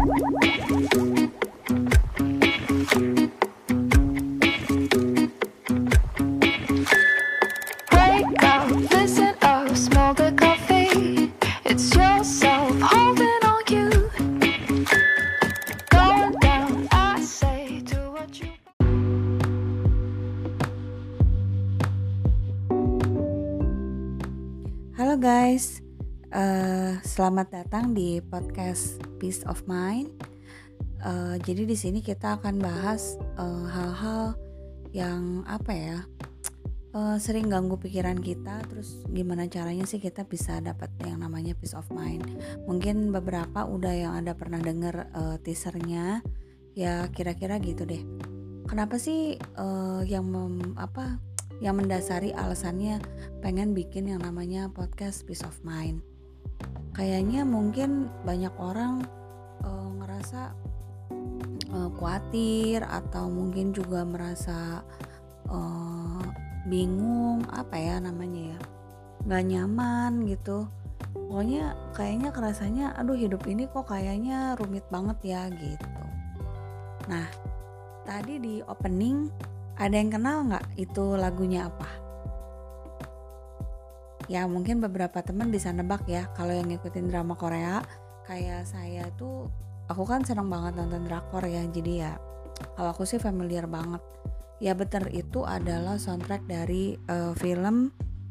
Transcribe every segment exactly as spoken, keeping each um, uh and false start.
Wake up, listen up, smell the coffee. It's yourself holding on you. Going down, I say to what you. Halo guys, uh, selamat datang di podcast Peace of Mind. Uh, jadi di sini kita akan bahas uh, hal-hal yang apa ya, uh, sering ganggu pikiran kita. Terus gimana caranya sih kita bisa dapat yang namanya peace of mind. Mungkin beberapa udah yang ada pernah denger uh, teasernya, ya kira-kira gitu deh. Kenapa sih uh, yang mem, apa? yang mendasari alasannya pengen bikin yang namanya podcast Peace of Mind? Kayaknya mungkin banyak orang uh, ngerasa uh, khawatir atau mungkin juga merasa uh, bingung, apa ya namanya ya, nggak nyaman gitu. Pokoknya kayaknya kerasanya aduh hidup ini kok kayaknya rumit banget ya gitu. Nah, tadi di opening ada yang kenal nggak itu lagunya apa? Ya mungkin beberapa teman bisa nebak ya. Kalau yang ngikutin drama Korea kayak saya tuh, aku kan senang banget nonton drakor ya. Jadi ya kalau aku sih familiar banget. Ya bener, itu adalah soundtrack dari uh, film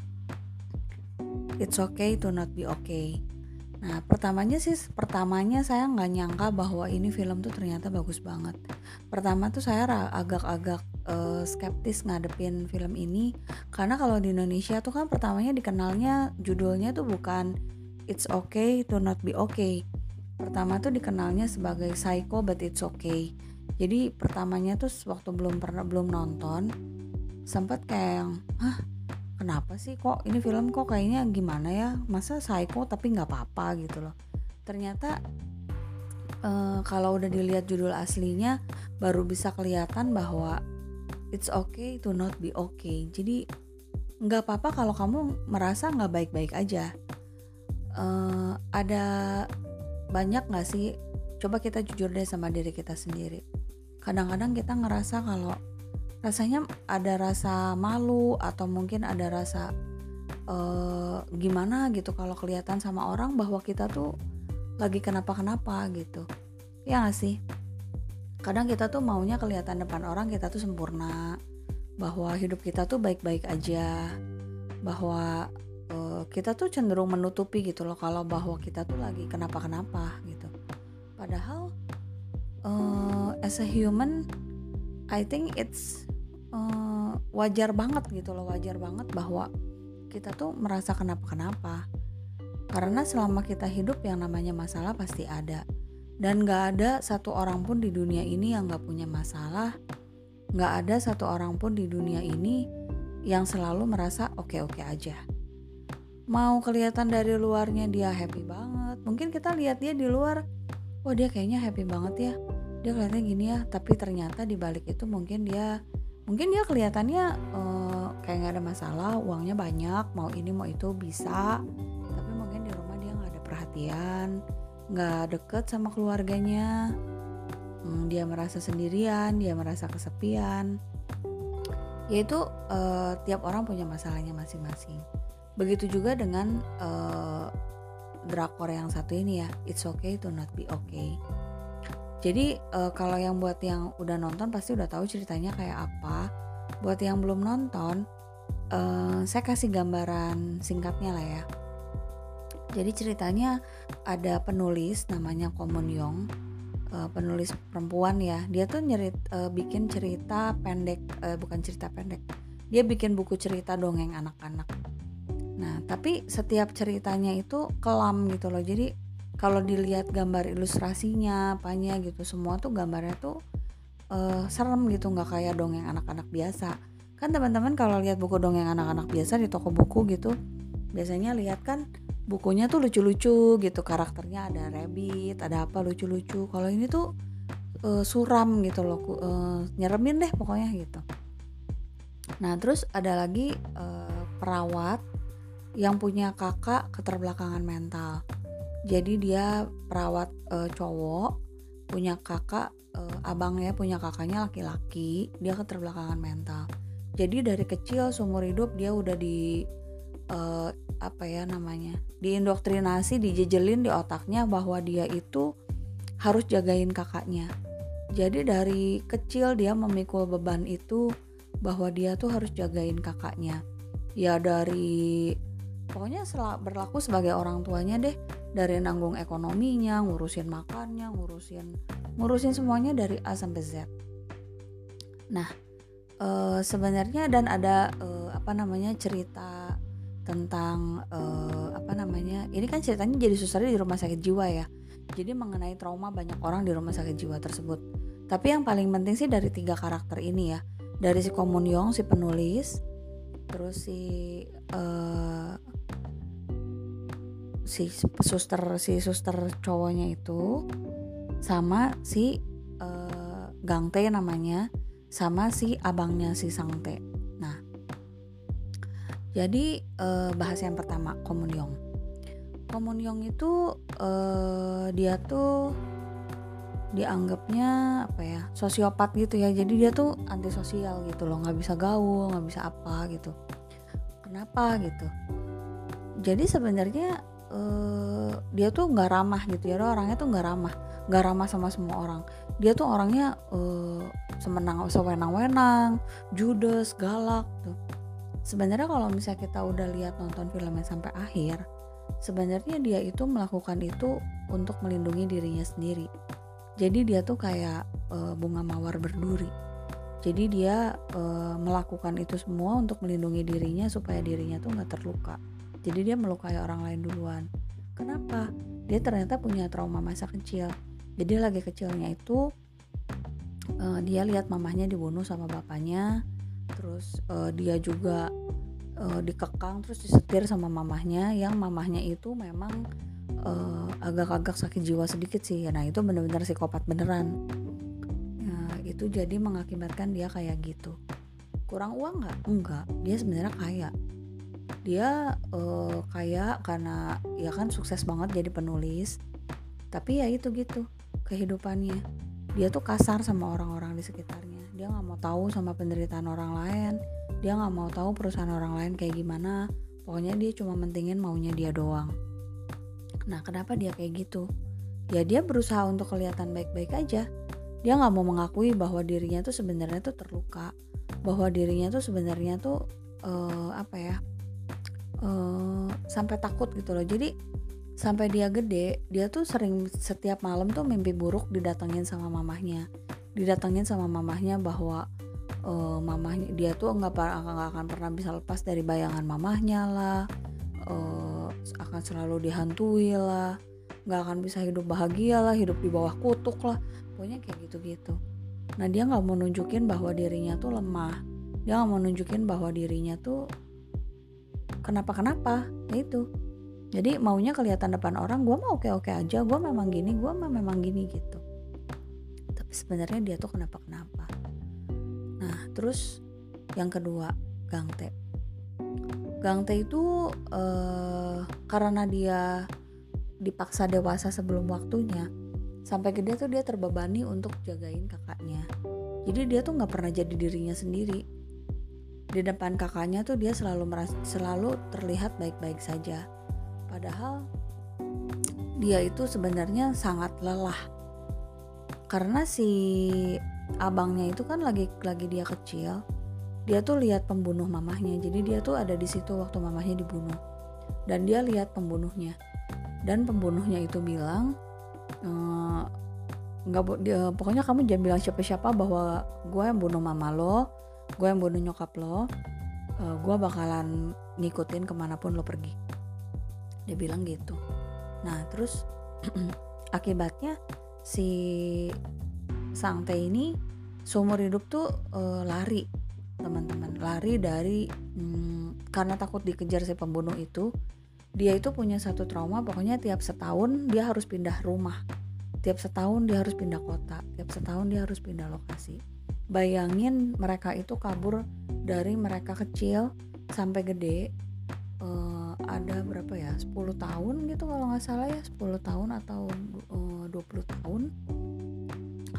It's Okay to Not Be Okay. Nah pertamanya sih, pertamanya saya nggak nyangka bahwa ini film tuh ternyata bagus banget. Pertama tuh saya ra- agak-agak uh, skeptis ngadepin film ini, karena kalau di Indonesia tuh kan pertamanya dikenalnya judulnya tuh bukan It's Okay to Not Be Okay. Pertama tuh dikenalnya sebagai Psycho But It's Okay. Jadi pertamanya tuh waktu belum pernah belum nonton sempat kayak yang, hah kenapa sih kok ini film kok kayaknya gimana ya, masa psycho tapi nggak apa-apa gitu loh. Ternyata uh, kalau udah dilihat judul aslinya baru bisa kelihatan bahwa it's okay to not be okay. Jadi nggak apa-apa kalau kamu merasa nggak baik-baik aja. Uh, ada banyak nggak sih? Coba kita jujur deh sama diri kita sendiri. Kadang-kadang kita ngerasa kalau rasanya ada rasa malu atau mungkin ada rasa uh, gimana gitu kalau kelihatan sama orang bahwa kita tuh lagi kenapa-kenapa gitu. Ya gak sih? Kadang kita tuh maunya kelihatan depan orang kita tuh sempurna, bahwa hidup kita tuh baik-baik aja, bahwa uh, kita tuh cenderung menutupi gitu loh kalau bahwa kita tuh lagi kenapa-kenapa gitu. Padahal uh, as a human I think it's uh, wajar banget gitu loh, wajar banget bahwa kita tuh merasa kenapa-kenapa. Karena selama kita hidup yang namanya masalah pasti ada. Dan gak ada satu orang pun di dunia ini yang gak punya masalah. Gak ada satu orang pun di dunia ini yang selalu merasa oke-oke aja. Mau kelihatan dari luarnya dia happy banget, mungkin kita lihat dia di luar, wah dia kayaknya happy banget ya, dia kelihatannya gini ya, tapi ternyata di balik itu mungkin dia mungkin dia kelihatannya uh, kayak nggak ada masalah, uangnya banyak, mau ini mau itu bisa, tapi mungkin di rumah dia nggak ada perhatian, nggak deket sama keluarganya, hmm, dia merasa sendirian, dia merasa kesepian. Yaitu uh, tiap orang punya masalahnya masing-masing. Begitu juga dengan uh, drakor yang satu ini ya, It's Okay to Not Be Okay. Jadi uh, kalau yang buat yang udah nonton pasti udah tahu ceritanya kayak apa. Buat yang belum nonton, uh, saya kasih gambaran singkatnya lah ya. Jadi ceritanya ada penulis namanya Ko Mun Young, uh, penulis perempuan ya. Dia tuh nyerit, uh, bikin cerita pendek, uh, bukan cerita pendek. Dia bikin buku cerita dongeng anak-anak. Nah, tapi setiap ceritanya itu kelam gitu loh. Jadi kalau dilihat gambar ilustrasinya, apanya gitu, semua tuh gambarnya tuh uh, serem gitu, nggak kayak dongeng anak-anak biasa. Kan teman-teman kalau lihat buku dongeng anak-anak biasa di toko buku gitu, biasanya lihat kan bukunya tuh lucu-lucu gitu, karakternya ada rabbit, ada apa lucu-lucu. Kalau ini tuh uh, suram gitu loh, uh, nyeremin deh pokoknya gitu. Nah terus ada lagi uh, perawat yang punya kakak keterbelakangan mental. Jadi dia perawat e, cowok punya kakak, eh, abangnya punya kakaknya laki-laki, dia keterbelakangan mental. Jadi dari kecil seumur hidup dia udah di eh, apa ya namanya, diindoktrinasi, dijejelin di otaknya bahwa dia itu harus jagain kakaknya. Jadi dari kecil dia memikul beban itu bahwa dia tuh harus jagain kakaknya. Ya dari pokoknya sel- berlaku sebagai orang tuanya deh, dari nanggung ekonominya, ngurusin makannya, ngurusin ngurusin semuanya dari A sampai Z. Nah, eh, sebenarnya dan ada eh, apa namanya cerita tentang eh, apa namanya, ini kan ceritanya jadi susternya di rumah sakit jiwa ya, jadi mengenai trauma banyak orang di rumah sakit jiwa tersebut. Tapi yang paling penting sih dari tiga karakter ini ya, dari si Ko Mun Young si penulis, terus si eh, si suster si suster cowoknya itu, sama si eh, Gang Tae namanya, sama si abangnya si Sang Tae. Nah, jadi eh, bahas yang pertama, Ko Mun Young. Ko Mun Young itu eh, dia tuh dianggapnya apa ya, sosiopat gitu ya. Jadi dia tuh antisosial gitu loh, nggak bisa gaul, nggak bisa apa gitu. Kenapa gitu? Jadi sebenarnya eh, dia tuh nggak ramah gitu ya, orangnya tuh nggak ramah, nggak ramah sama semua orang. Dia tuh orangnya eh, semenang sewenang-wenang, judes, galak tuh. Sebenarnya kalau misalnya kita udah lihat nonton filmnya sampai akhir, sebenarnya dia itu melakukan itu untuk melindungi dirinya sendiri. Jadi dia tuh kayak e, bunga mawar berduri. Jadi dia e, melakukan itu semua untuk melindungi dirinya supaya dirinya tuh nggak terluka. Jadi dia melukai orang lain duluan. Kenapa? Dia ternyata punya trauma masa kecil. Jadi lagi kecilnya itu e, dia lihat mamahnya dibunuh sama bapaknya. Terus uh, dia juga uh, dikekang terus disetir sama mamahnya, yang mamahnya itu memang uh, agak-agak sakit jiwa sedikit sih. Nah itu benar-benar psikopat beneran. Nah, itu jadi mengakibatkan dia kayak gitu. Kurang uang nggak? Enggak. Dia sebenarnya kaya. Dia uh, kaya karena ya kan sukses banget jadi penulis. Tapi ya itu gitu kehidupannya. Dia tuh kasar sama orang-orang di sekitarnya. Dia nggak mau tahu sama penderitaan orang lain, dia nggak mau tahu perusahaan orang lain kayak gimana. Pokoknya dia cuma mentingin maunya dia doang. Nah kenapa dia kayak gitu? Ya dia berusaha untuk kelihatan baik-baik aja. Dia nggak mau mengakui bahwa dirinya tuh sebenarnya tuh terluka, bahwa dirinya tuh sebenarnya tuh uh, apa ya uh, sampai takut gitu loh. Jadi sampai dia gede, dia tuh sering setiap malam tuh mimpi buruk didatengin sama mamahnya. Didatengin sama mamahnya bahwa uh, mamahnya dia tuh nggak nggak akan pernah bisa lepas dari bayangan mamahnya lah, uh, akan selalu dihantui lah, nggak akan bisa hidup bahagia lah, hidup di bawah kutuk lah, pokoknya kayak gitu-gitu. Nah dia nggak mau nunjukin bahwa dirinya tuh lemah, dia nggak mau nunjukin bahwa dirinya tuh kenapa-kenapa, ya itu. Jadi maunya kelihatan depan orang, gue mah oke-oke aja, gue memang gini, gue mah memang gini gitu. Tapi sebenarnya dia tuh kenapa-kenapa. Nah terus yang kedua, Gang Tae. Gang Tae itu eh, karena dia dipaksa dewasa sebelum waktunya, sampai gede tuh dia terbebani untuk jagain kakaknya. Jadi dia tuh nggak pernah jadi dirinya sendiri. Di depan kakaknya tuh dia selalu merasa, selalu terlihat baik-baik saja. Padahal dia itu sebenarnya sangat lelah. Karena si abangnya itu kan lagi lagi dia kecil, dia tuh lihat pembunuh mamahnya. Jadi dia tuh ada di situ waktu mamahnya dibunuh. Dan dia lihat pembunuhnya. Dan pembunuhnya itu bilang, eee, nggak dia, pokoknya kamu jangan bilang siapa-siapa bahwa gue yang bunuh mama lo, gue yang bunuh nyokap lo, uh, gue bakalan ngikutin kemanapun lo pergi. Dia bilang gitu. Nah terus akibatnya si Sang Tae ini seumur hidup tuh uh, lari, teman-teman, lari dari hmm, karena takut dikejar si pembunuh itu. Dia itu punya satu trauma, pokoknya tiap setahun dia harus pindah rumah, tiap setahun dia harus pindah kota, tiap setahun dia harus pindah lokasi. Bayangin mereka itu kabur dari mereka kecil sampai gede, uh, ada berapa ya, sepuluh tahun gitu kalau gak salah ya, sepuluh tahun atau uh, dua puluh tahun.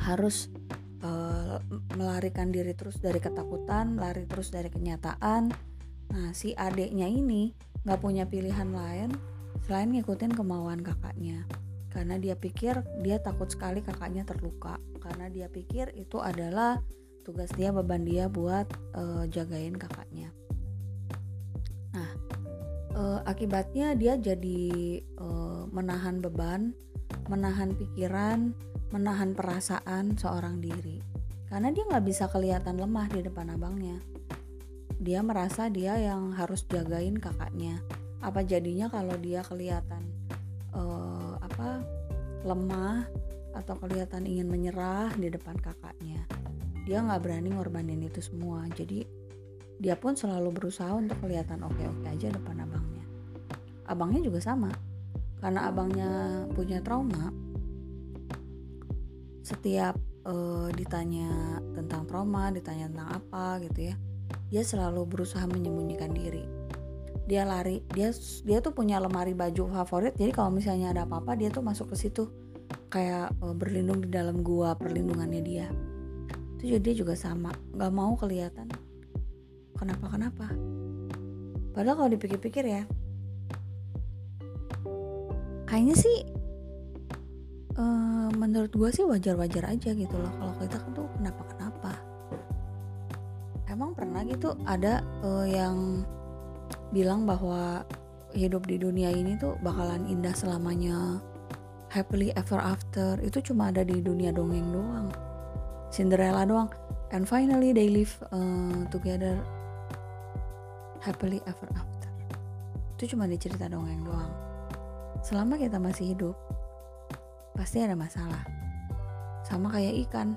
harus uh, melarikan diri terus dari ketakutan, lari terus dari kenyataan. Nah, si adeknya ini gak punya pilihan lain selain ngikutin kemauan kakaknya, karena dia pikir, dia takut sekali kakaknya terluka, karena dia pikir itu adalah tugas dia, beban dia buat uh, jagain kakaknya. Nah, uh, akibatnya dia jadi uh, menahan beban, menahan pikiran, menahan perasaan seorang diri, karena dia nggak bisa kelihatan lemah di depan abangnya. Dia merasa dia yang harus jagain kakaknya. Apa jadinya kalau dia kelihatan uh, apa lemah atau kelihatan ingin menyerah di depan kakaknya? Dia nggak berani ngorbanin itu semua. Jadi dia pun selalu berusaha untuk kelihatan oke-oke aja depan abangnya. Abangnya juga sama, karena abangnya punya trauma. Setiap uh, ditanya tentang trauma, ditanya tentang apa gitu ya, dia selalu berusaha menyembunyikan diri. Dia lari, dia dia tuh punya lemari baju favorit. Jadi kalau misalnya ada apa-apa, dia tuh masuk ke situ kayak uh, berlindung di dalam gua perlindungannya dia. Itu dia juga sama, nggak mau kelihatan kenapa-kenapa. Padahal kalau dipikir-pikir ya, kayaknya sih uh, menurut gue sih wajar-wajar aja gitu loh kalau kita tuh kenapa-kenapa. Emang pernah gitu ada uh, yang bilang bahwa hidup di dunia ini tuh bakalan indah selamanya, happily ever after, itu cuma ada di dunia dongeng doang, Cinderella doang. And finally they live uh, together happily ever after. Itu cuma di cerita dongeng doang. Selama kita masih hidup, pasti ada masalah. Sama kayak ikan.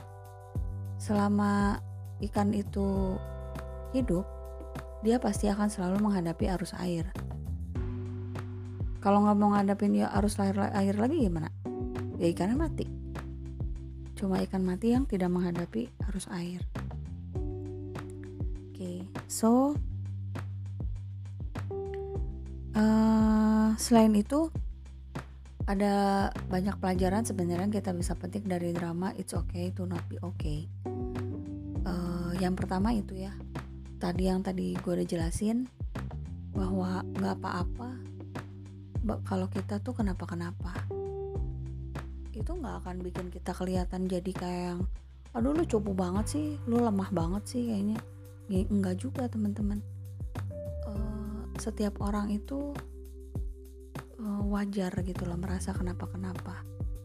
Selama ikan itu hidup, dia pasti akan selalu menghadapi arus air. Kalau nggak mau ngadapin ya arus air, air lagi gimana? Ya ikannya mati. Cuma ikan mati yang tidak menghadapi arus air. Oke, okay, so uh, selain itu ada banyak pelajaran sebenarnya yang kita bisa petik dari drama It's Okay to Not Be Okay. Uh, yang pertama itu ya, tadi yang tadi gue udah jelasin bahwa nggak apa-apa kalau kita tuh kenapa-kenapa. Itu nggak akan bikin kita kelihatan jadi kayak yang aduh lu cupu banget sih, lu lemah banget sih kayaknya. Ya, enggak juga teman-teman. Uh, setiap orang itu uh, wajar gitu loh merasa kenapa-kenapa.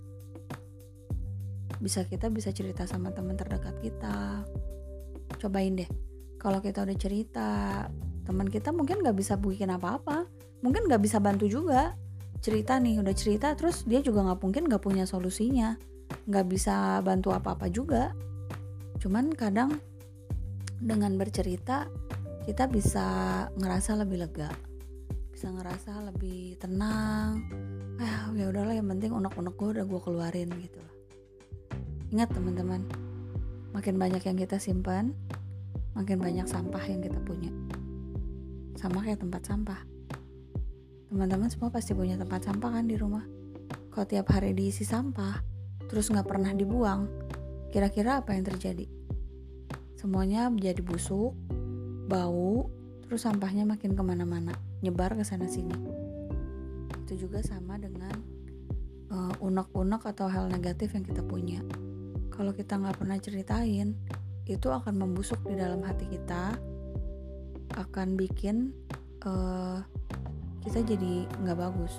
Bisa kita bisa cerita sama teman terdekat kita. Cobain deh, kalau kita udah cerita, teman kita mungkin nggak bisa bikin apa-apa, mungkin nggak bisa bantu juga. Cerita nih, udah cerita terus dia juga nggak mungkin nggak punya solusinya, nggak bisa bantu apa-apa juga. Cuman kadang dengan bercerita kita bisa ngerasa lebih lega, bisa ngerasa lebih tenang. Ah ya udahlah, yang penting unek-unek gue udah gue keluarin gitu loh. Ingat teman-teman, makin banyak yang kita simpan, makin banyak sampah yang kita punya. Sama kayak tempat sampah. Teman-teman semua pasti punya tempat sampah kan di rumah. Kalau tiap hari diisi sampah, terus gak pernah dibuang, kira-kira apa yang terjadi? Semuanya menjadi busuk, bau, terus sampahnya makin kemana-mana, nyebar ke sana sini. Itu juga sama dengan uh, unek-unek atau hal negatif yang kita punya. Kalau kita gak pernah ceritain, itu akan membusuk di dalam hati kita, akan bikin uh, kita jadi gak bagus.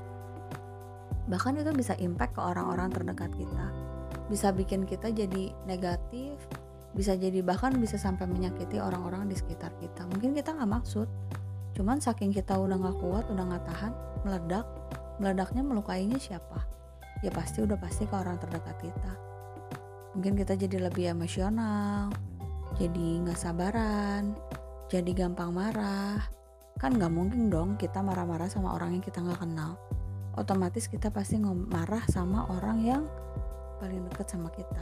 Bahkan itu bisa impact ke orang-orang terdekat kita, bisa bikin kita jadi negatif, bisa jadi bahkan bisa sampai menyakiti orang-orang di sekitar kita. Mungkin kita gak maksud, cuman saking kita udah gak kuat, udah gak tahan, meledak. Meledaknya melukainya siapa? Ya pasti udah pasti ke orang terdekat kita. Mungkin kita jadi lebih emosional, jadi gak sabaran, jadi gampang marah. Kan gak mungkin dong kita marah-marah sama orang yang kita gak kenal. Otomatis kita pasti marah sama orang yang paling dekat sama kita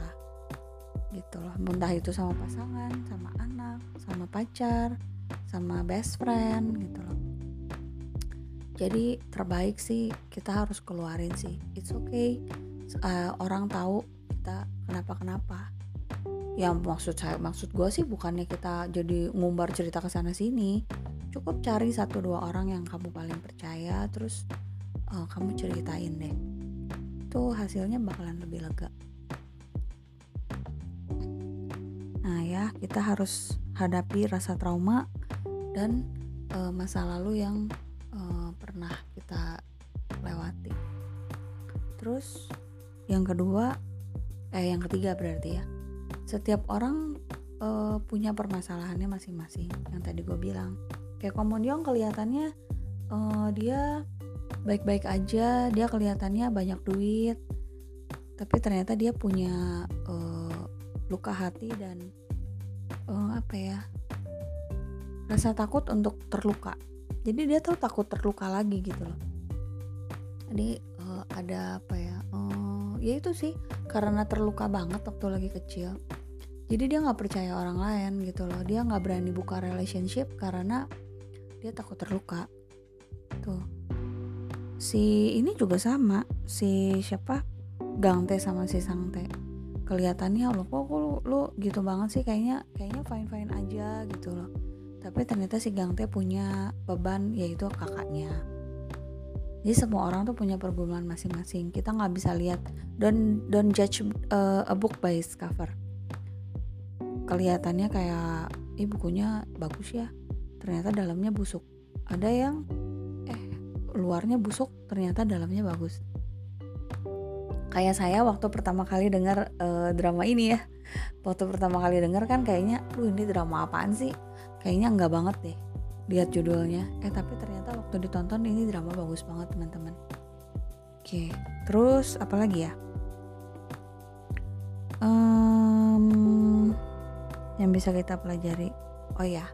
gitu loh. Entah itu sama pasangan, sama anak, sama pacar, sama best friend gitu loh. Jadi terbaik sih kita harus keluarin sih. It's okay uh, orang tahu kita kenapa-kenapa. Yang maksud saya maksud gue sih bukannya kita jadi ngumbar cerita ke sana sini. Cukup cari satu dua orang yang kamu paling percaya, terus uh, kamu ceritain deh. Itu hasilnya bakalan lebih lega. Nah ya, kita harus hadapi rasa trauma dan uh, masa lalu yang uh, pernah kita lewati. Terus yang kedua, eh yang ketiga berarti ya, setiap orang uh, punya permasalahannya masing-masing. Yang tadi gue bilang, kayak Komundiong kelihatannya uh, dia baik-baik aja, dia kelihatannya banyak duit, tapi ternyata dia punya uh, luka hati dan uh, apa ya, rasa takut untuk terluka. Jadi dia tuh takut terluka lagi gitu loh. Jadi uh, ada apa ya, uh, ya itu sih karena terluka banget waktu lagi kecil. Jadi dia nggak percaya orang lain gitu loh. Dia nggak berani buka relationship karena dia takut terluka. Tuh. Si ini juga sama, si siapa? Gangte sama si Sangte. Kelihatannya lo kok lu, lu gitu banget sih, kayaknya kayaknya fine-fine aja gitu loh. Tapi ternyata si Gangte punya beban, yaitu kakaknya. Jadi semua orang tuh punya pergumulan masing-masing. Kita nggak bisa lihat, don't don't judge uh, a book by its cover. Kelihatannya kayak, eh bukunya bagus ya, ternyata dalamnya busuk. Ada yang eh luarnya busuk, ternyata dalamnya bagus. Kayak saya waktu pertama kali dengar uh, drama ini ya, waktu pertama kali dengar kan kayaknya, lu ini drama apaan sih? Kayaknya enggak banget deh, lihat judulnya. Eh tapi ternyata waktu ditonton ini drama bagus banget teman-teman. Oke, terus apa lagi ya? Um, yang bisa kita pelajari. Oh ya,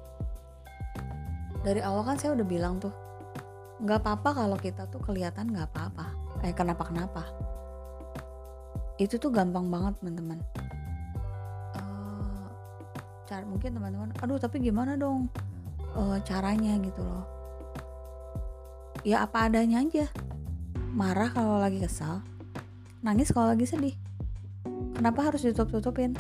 dari awal kan saya udah bilang tuh, nggak apa-apa kalau kita tuh kelihatan nggak apa-apa, eh kenapa-kenapa. Itu tuh gampang banget teman-teman. Uh, cara mungkin teman-teman, aduh tapi gimana dong uh, caranya gitu loh. Ya apa adanya aja. Marah kalau lagi kesal, nangis kalau lagi sedih. Kenapa harus ditutup-tutupin?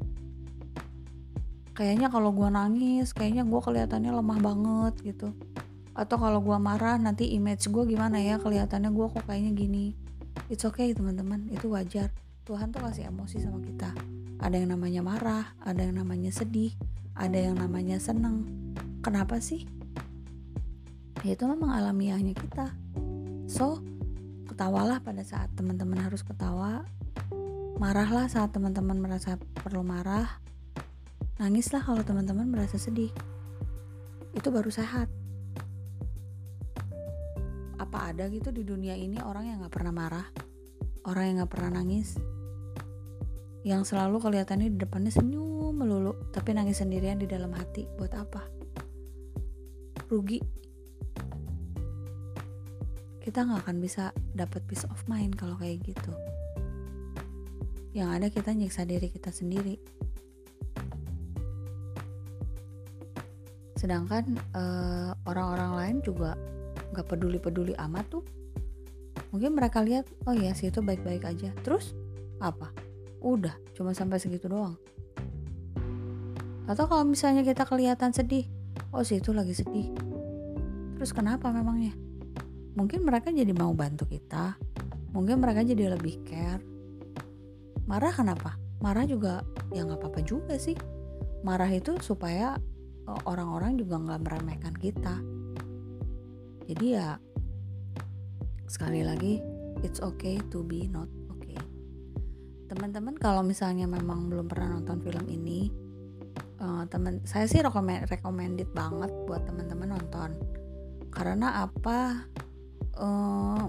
Kayaknya kalau gue nangis, kayaknya gue kelihatannya lemah banget gitu. Atau kalau gue marah, nanti image gue gimana ya, kelihatannya gue kok kayaknya gini. It's okay teman-teman, itu wajar. Tuhan tuh kasih emosi sama kita. Ada yang namanya marah, ada yang namanya sedih, ada yang namanya seneng. Kenapa sih? Ya itu memang alamiahnya kita. So, ketawalah pada saat teman-teman harus ketawa. Marahlah saat teman-teman merasa perlu marah. Nangislah kalau teman-teman merasa sedih. Itu baru sehat. Apa ada gitu di dunia ini orang yang gak pernah marah? Orang yang gak pernah nangis? Yang selalu kelihatannya di depannya senyum melulu, tapi nangis sendirian di dalam hati. Buat apa? Rugi. Kita gak akan bisa dapat peace of mind kalau kayak gitu. Yang ada kita nyiksa diri kita sendiri. Sedangkan uh, orang-orang lain juga gak peduli-peduli amat tuh. Mungkin mereka lihat, oh ya sih itu baik-baik aja. Terus apa? Udah, cuma sampai segitu doang. Atau kalau misalnya kita kelihatan sedih, oh sih itu lagi sedih. Terus kenapa memangnya? Mungkin mereka jadi mau bantu kita. Mungkin mereka jadi lebih care. Marah kenapa? Marah juga ya gak apa-apa juga sih. Marah itu supaya orang-orang juga gak meremehkan kita. Jadi ya sekali lagi, it's okay to be not okay. Teman-teman kalau misalnya memang belum pernah nonton film ini, uh, teman saya sih recommend, recommended banget buat teman-teman nonton. Karena apa? Uh,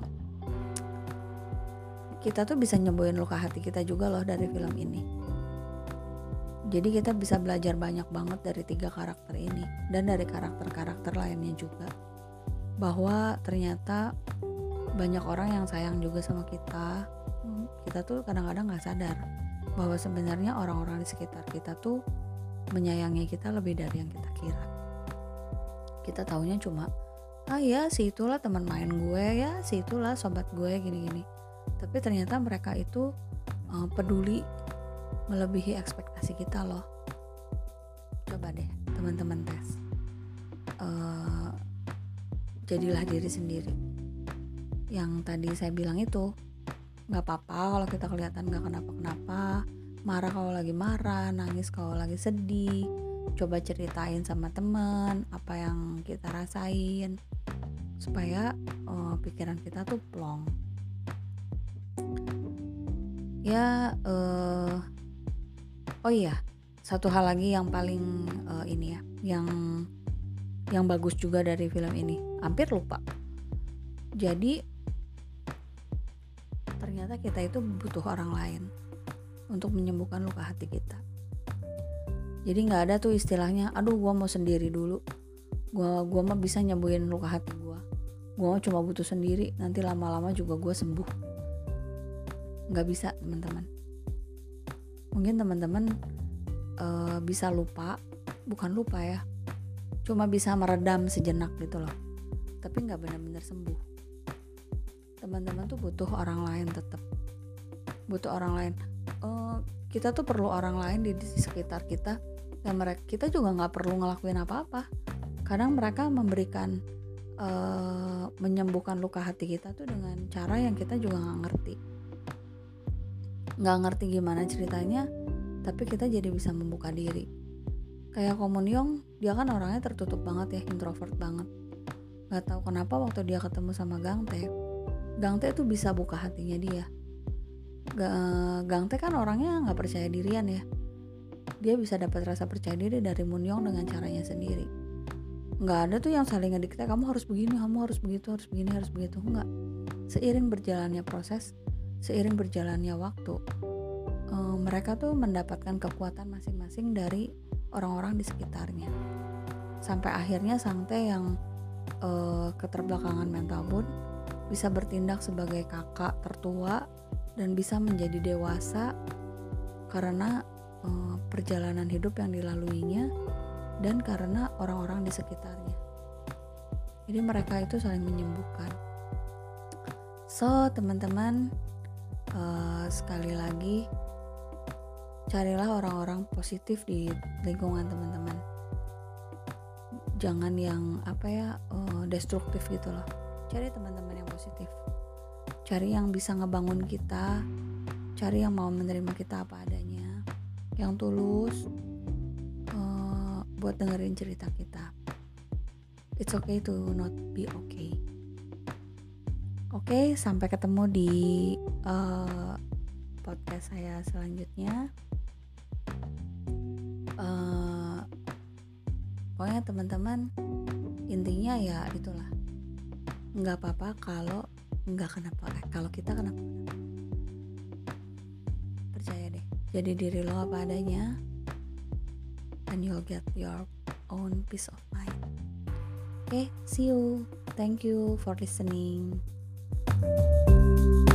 kita tuh bisa nyembuhin luka hati kita juga loh dari film ini. Jadi kita bisa belajar banyak banget dari tiga karakter ini dan dari karakter-karakter lainnya juga. Bahwa ternyata banyak orang yang sayang juga sama kita. Kita tuh kadang-kadang gak sadar bahwa sebenarnya orang-orang di sekitar kita tuh menyayangi kita lebih dari yang kita kira. Kita taunya cuma, ah ya si itulah teman main gue, ya si itulah sobat gue gini-gini. Tapi ternyata mereka itu uh, peduli melebihi ekspektasi kita loh. Coba deh teman-teman tes, uh, jadilah diri sendiri. Yang tadi saya bilang itu, nggak apa-apa kalau kita kelihatan nggak kenapa-kenapa, marah kalau lagi marah, nangis kalau lagi sedih. Coba ceritain sama teman apa yang kita rasain supaya uh, pikiran kita tuh plong. Ya, uh, oh iya, satu hal lagi yang paling uh, ini ya, yang yang bagus juga dari film ini, hampir lupa. Jadi ternyata kita itu butuh orang lain untuk menyembuhkan luka hati kita. Jadi nggak ada tuh istilahnya, aduh gue mau sendiri dulu, gue gue mah bisa nyembuhin luka hati gue, gue mah cuma butuh sendiri, nanti lama-lama juga gue sembuh. Nggak bisa teman-teman. Mungkin teman-teman uh, bisa lupa, bukan lupa ya, cuma bisa meredam sejenak gitu loh, tapi nggak benar-benar sembuh. Teman-teman tuh butuh orang lain, tetap butuh orang lain. Uh, kita tuh perlu orang lain di, di sekitar kita, dan mereka kita juga nggak perlu ngelakuin apa-apa. Kadang mereka memberikan uh, menyembuhkan luka hati kita tuh dengan cara yang kita juga nggak ngerti, nggak ngerti gimana ceritanya, tapi kita jadi bisa membuka diri. Kayak Komunyong, dia kan orangnya tertutup banget ya, introvert banget. Nggak tahu kenapa waktu dia ketemu sama Gangtae, Gangtae tuh bisa buka hatinya dia. Gangtae kan orangnya nggak percaya dirian ya, dia bisa dapat rasa percaya diri dari Moonyong dengan caranya sendiri. Nggak ada tuh yang saling ngedikte, kamu harus begini, kamu harus begitu, harus begini, harus begitu. Nggak. Seiring berjalannya proses, seiring berjalannya waktu, eh, mereka tuh mendapatkan kekuatan masing-masing dari orang-orang di sekitarnya. Sampai akhirnya Sangtae yang eh, keterbelakangan mental pun bisa bertindak sebagai kakak tertua dan bisa menjadi dewasa karena uh, perjalanan hidup yang dilaluinya dan karena orang-orang di sekitarnya. Jadi mereka itu saling menyembuhkan. So teman-teman, uh, sekali lagi carilah orang-orang positif di lingkungan teman-teman. Jangan yang apa ya uh, destruktif gitu loh. Cari teman-teman yang positif. Cari yang bisa ngebangun kita, cari yang mau menerima kita apa adanya, yang tulus uh, buat dengerin cerita kita. It's okay to not be okay. Oke, okay, sampai ketemu di uh, podcast saya selanjutnya. Uh, pokoknya teman-teman, intinya ya itulah, nggak apa-apa kalau nggak kenapa eh, kalau kita kenapa percaya deh, jadi diri lo apa adanya, and you'll get your own peace of mind. Oke, okay, see you, thank you for listening.